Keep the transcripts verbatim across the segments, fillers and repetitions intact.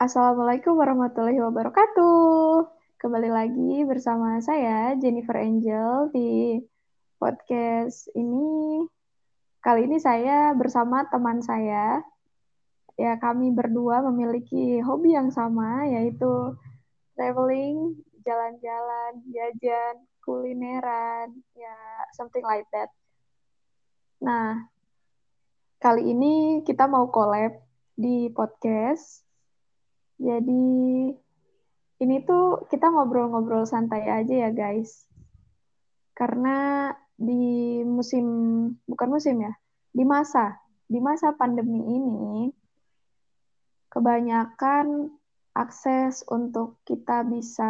Assalamualaikum warahmatullahi wabarakatuh. Kembali lagi bersama saya Jennifer Angel di podcast ini. Kali ini saya bersama teman saya. Ya, kami berdua memiliki hobi yang sama, yaitu traveling, jalan-jalan, jajan, kulineran, ya something like that. Nah, kali ini kita mau collab di podcast. Jadi ini tuh kita ngobrol-ngobrol santai aja ya guys. Karena di musim, bukan musim ya, di masa, di masa pandemi ini, kebanyakan akses untuk kita bisa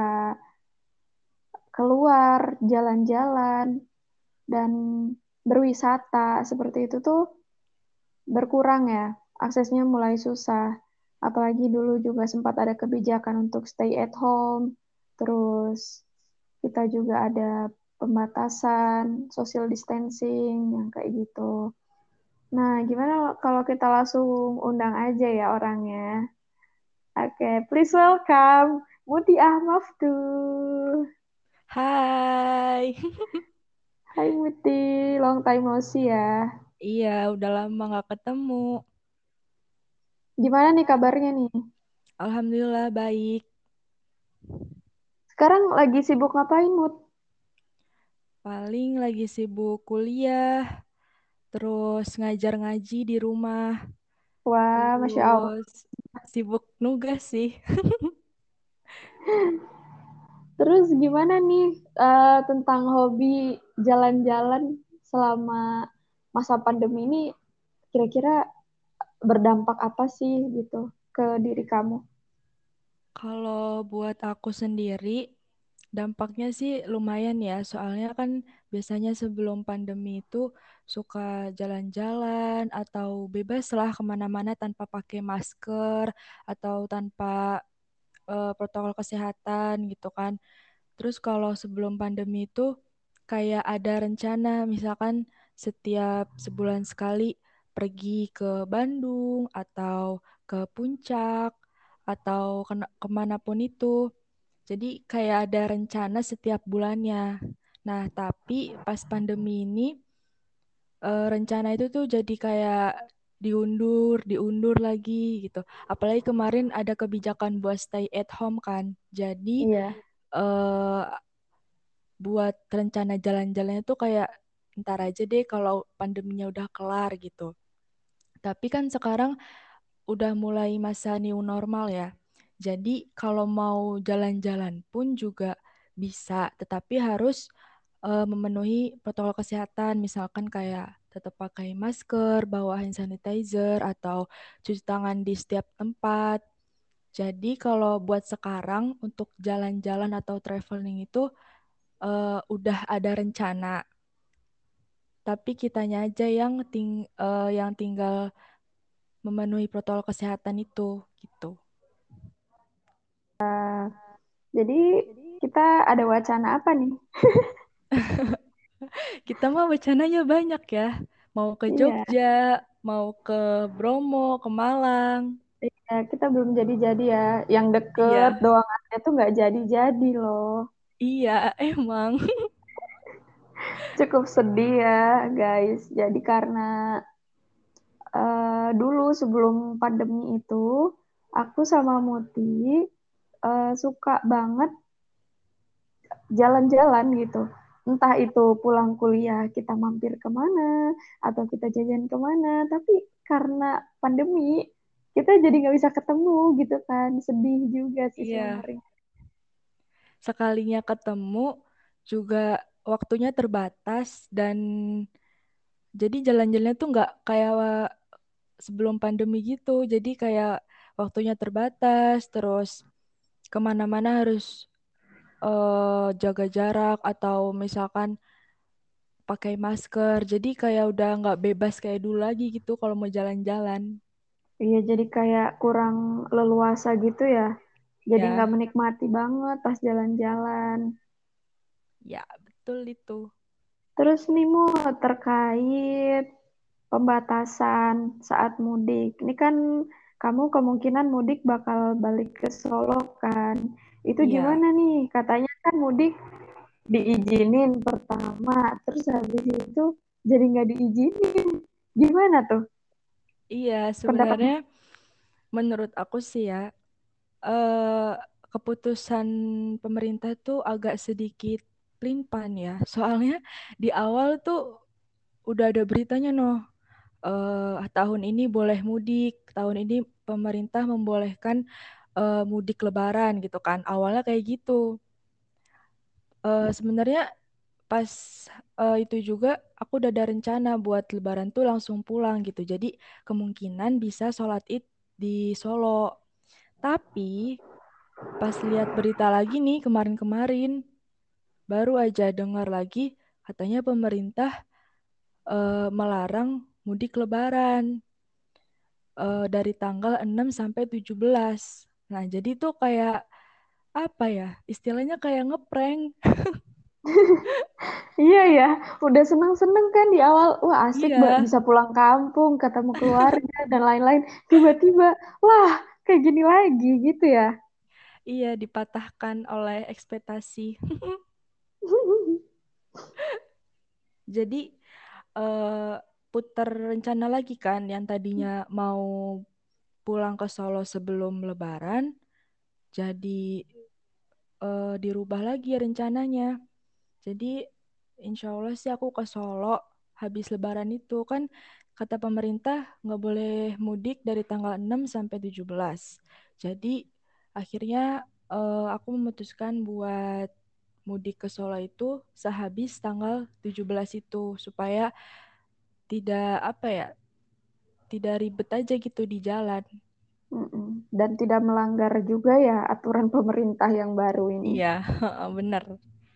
keluar, jalan-jalan, dan berwisata seperti itu tuh berkurang ya. Aksesnya mulai susah. Apalagi dulu juga sempat ada kebijakan untuk stay at home, terus kita juga ada pembatasan, social distancing, yang kayak gitu. Nah, gimana kalau kita langsung undang aja ya orangnya? Oke, please welcome Muti Ahmad tuh. Hai, Hai Muti, long time no see ya. iya udah lama nggak ketemu. Gimana nih kabarnya nih? Alhamdulillah baik. Sekarang lagi sibuk ngapain, Mut? Paling lagi sibuk kuliah, terus ngajar ngaji di rumah, Wah, Masya Allah. terus sibuk nugas sih. Terus gimana nih eh, tentang hobi jalan-jalan selama masa pandemi ini? Kira-kira berdampak apa sih gitu ke diri kamu? Kalau buat aku sendiri, dampaknya sih lumayan ya. Soalnya kan biasanya sebelum pandemi itu suka jalan-jalan atau bebas lah kemana-mana tanpa pakai masker atau tanpa eh, protokol kesehatan gitu kan. Terus kalau sebelum pandemi itu kayak ada rencana misalkan setiap sebulan sekali pergi ke Bandung atau ke Puncak atau kena- kemanapun itu. Jadi kayak ada rencana setiap bulannya. Nah, tapi pas pandemi ini eh, rencana itu tuh jadi kayak diundur, diundur lagi gitu. Apalagi kemarin ada kebijakan buat stay at home kan. Jadi Iya. eh, buat rencana jalan-jalannya tuh kayak ntar aja deh kalau pandeminya udah kelar gitu. Tapi kan sekarang udah mulai masa new normal ya. Jadi kalau mau jalan-jalan pun juga bisa, tetapi harus eh, memenuhi protokol kesehatan, misalkan kayak tetap pakai masker, bawa hand sanitizer, atau cuci tangan di setiap tempat. Jadi kalau buat sekarang untuk jalan-jalan atau traveling itu eh, udah ada rencana, tapi kitanya aja yang ting eh, yang tinggal memenuhi protokol kesehatan itu gitu. Jadi kita ada wacana apa nih? Kita mah becananya banyak ya. Mau ke Iya. Jogja, mau ke Bromo, ke Malang. Iya, kita belum jadi-jadi ya. Yang deket Iya, doang aja tuh nggak jadi-jadi loh. iya emang. Cukup sedih ya, guys. Jadi karena eh, dulu sebelum pandemi itu, aku sama Muti eh, suka banget jalan-jalan gitu. Entah itu pulang kuliah kita mampir kemana, atau kita jajan kemana. Tapi karena pandemi, kita jadi nggak bisa ketemu gitu kan. Sedih juga sih Iya, sebenarnya. sekalinya ketemu juga waktunya terbatas dan jadi jalan-jalannya tuh nggak kayak sebelum pandemi gitu. Jadi kayak waktunya terbatas, terus kemana-mana harus eh, jaga jarak atau misalkan pakai masker. Jadi kayak udah nggak bebas kayak dulu lagi gitu kalau mau jalan-jalan. Iya, jadi kayak kurang leluasa gitu ya. Jadi nggak Ya, menikmati banget pas jalan-jalan. ya betul itu. Terus nih Mu, terkait pembatasan saat mudik. Ini kan kamu kemungkinan mudik bakal balik ke Solo kan. Itu Iya, gimana nih? Katanya kan mudik diizinin pertama, terus habis itu jadi nggak diizinin. Gimana tuh iya pendapatmu? sebenarnya menurut aku sih ya, eh, keputusan pemerintah tuh agak sedikit pelin-pelan ya. Soalnya di awal tuh udah ada beritanya noh, eh, tahun ini boleh mudik, tahun ini pemerintah membolehkan eh, mudik Lebaran gitu kan. Awalnya kayak gitu. Eh, sebenarnya pas eh, itu juga aku udah ada rencana buat Lebaran tuh langsung pulang gitu. Jadi kemungkinan bisa sholat Id di Solo. Tapi pas lihat berita lagi nih kemarin-kemarin, baru aja dengar lagi katanya pemerintah eh, melarang mudik Lebaran eh, dari tanggal enam sampai tujuh belas. Nah, jadi tuh kayak apa ya? Istilahnya kayak ngeprank. Iya ya, udah seneng-seneng kan di awal, wah asik ba- Iya, bisa pulang kampung, ketemu keluarga dan lain-lain. Tiba-tiba, lah kayak gini lagi gitu ya. iya dipatahkan oleh ekspektasi. Jadi eh, putar rencana lagi kan yang tadinya mau pulang ke Solo sebelum Lebaran, jadi eh, dirubah lagi rencananya. Jadi insya Allah sih aku ke Solo habis Lebaran itu kan kata pemerintah nggak boleh mudik dari tanggal enam sampai tujuh belas. Jadi akhirnya eh, aku memutuskan buat mudik ke Solo itu sehabis tanggal tujuh belas itu supaya tidak apa ya, tidak ribet aja gitu di jalan. Mm-mm. Dan tidak melanggar juga ya aturan pemerintah yang baru ini. Iya, bener.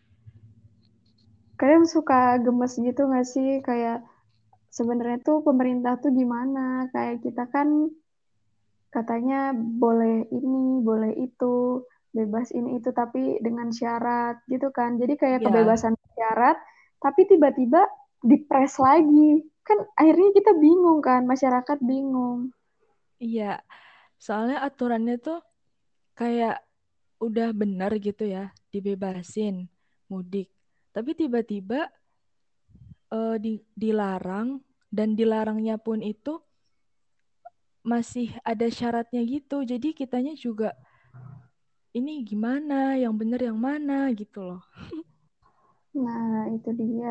Kadang suka gemes gitu nggak sih? Kayak sebenarnya tuh pemerintah tuh gimana? Kayak kita kan katanya boleh ini, boleh itu, bebas ini itu, tapi dengan syarat gitu kan. Jadi kayak Iya, kebebasan syarat, tapi tiba-tiba dipres lagi. Kan akhirnya kita bingung kan, masyarakat bingung. iya. Soalnya aturannya tuh kayak udah benar gitu ya, dibebasin mudik. Tapi tiba-tiba eh, di- dilarang dan dilarangnya pun itu masih ada syaratnya gitu. Jadi kitanya juga ini gimana, yang benar yang mana gitu loh. Nah, itu dia.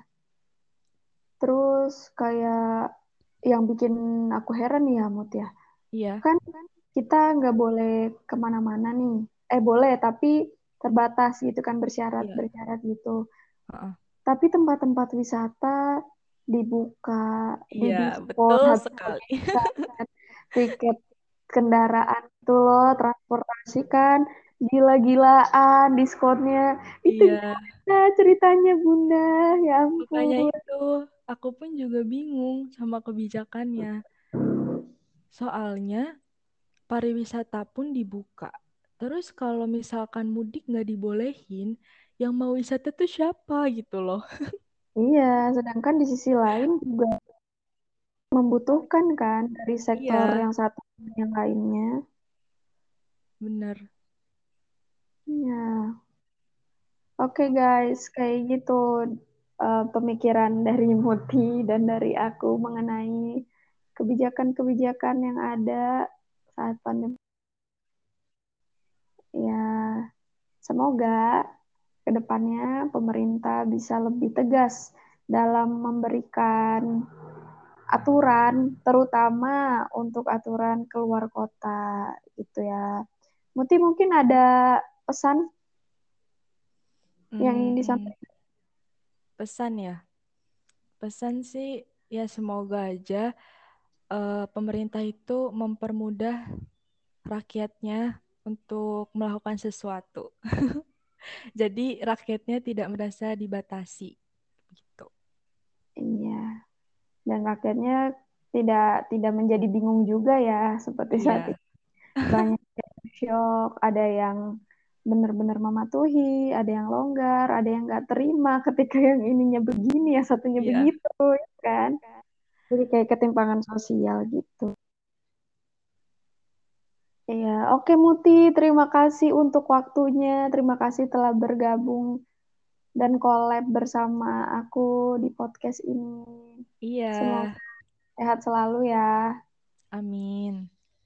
Terus kayak yang bikin aku heran nih ya, Mut ya. Iya, Kan kita nggak boleh kemana-mana nih. Eh boleh, tapi terbatas gitu kan iya. bersyarat-bersyarat gitu. Heeh. Tapi tempat-tempat wisata dibuka, Iya, didiskon, betul sekali. habis-habisan, tiket kendaraan itu loh, transportasi kan, gila-gilaan diskonnya. Itu Iya, gimana ceritanya Bunda? Ya makanya ampun. itu aku pun juga bingung sama kebijakannya. Soalnya pariwisata pun dibuka. Terus kalau misalkan mudik nggak dibolehin, yang mau wisata tuh siapa gitu loh. Iya, sedangkan di sisi lain juga membutuhkan kan dari sektor Iya, yang satu dan yang lainnya. bener. Ya, oke guys, kayak gitu eh, pemikiran dari Muti dan dari aku mengenai kebijakan-kebijakan yang ada saat pandemi. Ya, semoga ke depannya pemerintah bisa lebih tegas dalam memberikan aturan, terutama untuk aturan keluar kota gitu ya. Muti mungkin ada pesan yang ingin Hmm, disampaikan. pesan ya. Pesan sih ya semoga aja eh, pemerintah itu mempermudah rakyatnya untuk melakukan sesuatu. Jadi rakyatnya tidak merasa dibatasi gitu. Iya, dan rakyatnya tidak tidak menjadi bingung juga ya seperti saat Iya, ini. Banyak yang shock, ada yang benar-benar mematuhi, ada yang longgar, ada yang nggak terima ketika yang ininya begini, yang satunya iya. begitu, ya kan? Jadi kayak ketimpangan sosial gitu. Iya, oke Muti, terima kasih untuk waktunya. Terima kasih telah bergabung dan collab bersama aku di podcast ini. Iya, Semoga sehat selalu ya. amin.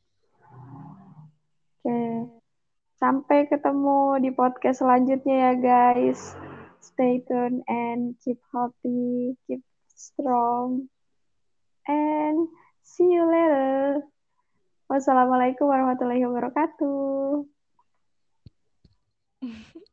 Oke, sampai ketemu di podcast selanjutnya ya guys. Stay tuned and keep healthy, keep strong, and see you later. Wassalamualaikum warahmatullahi wabarakatuh.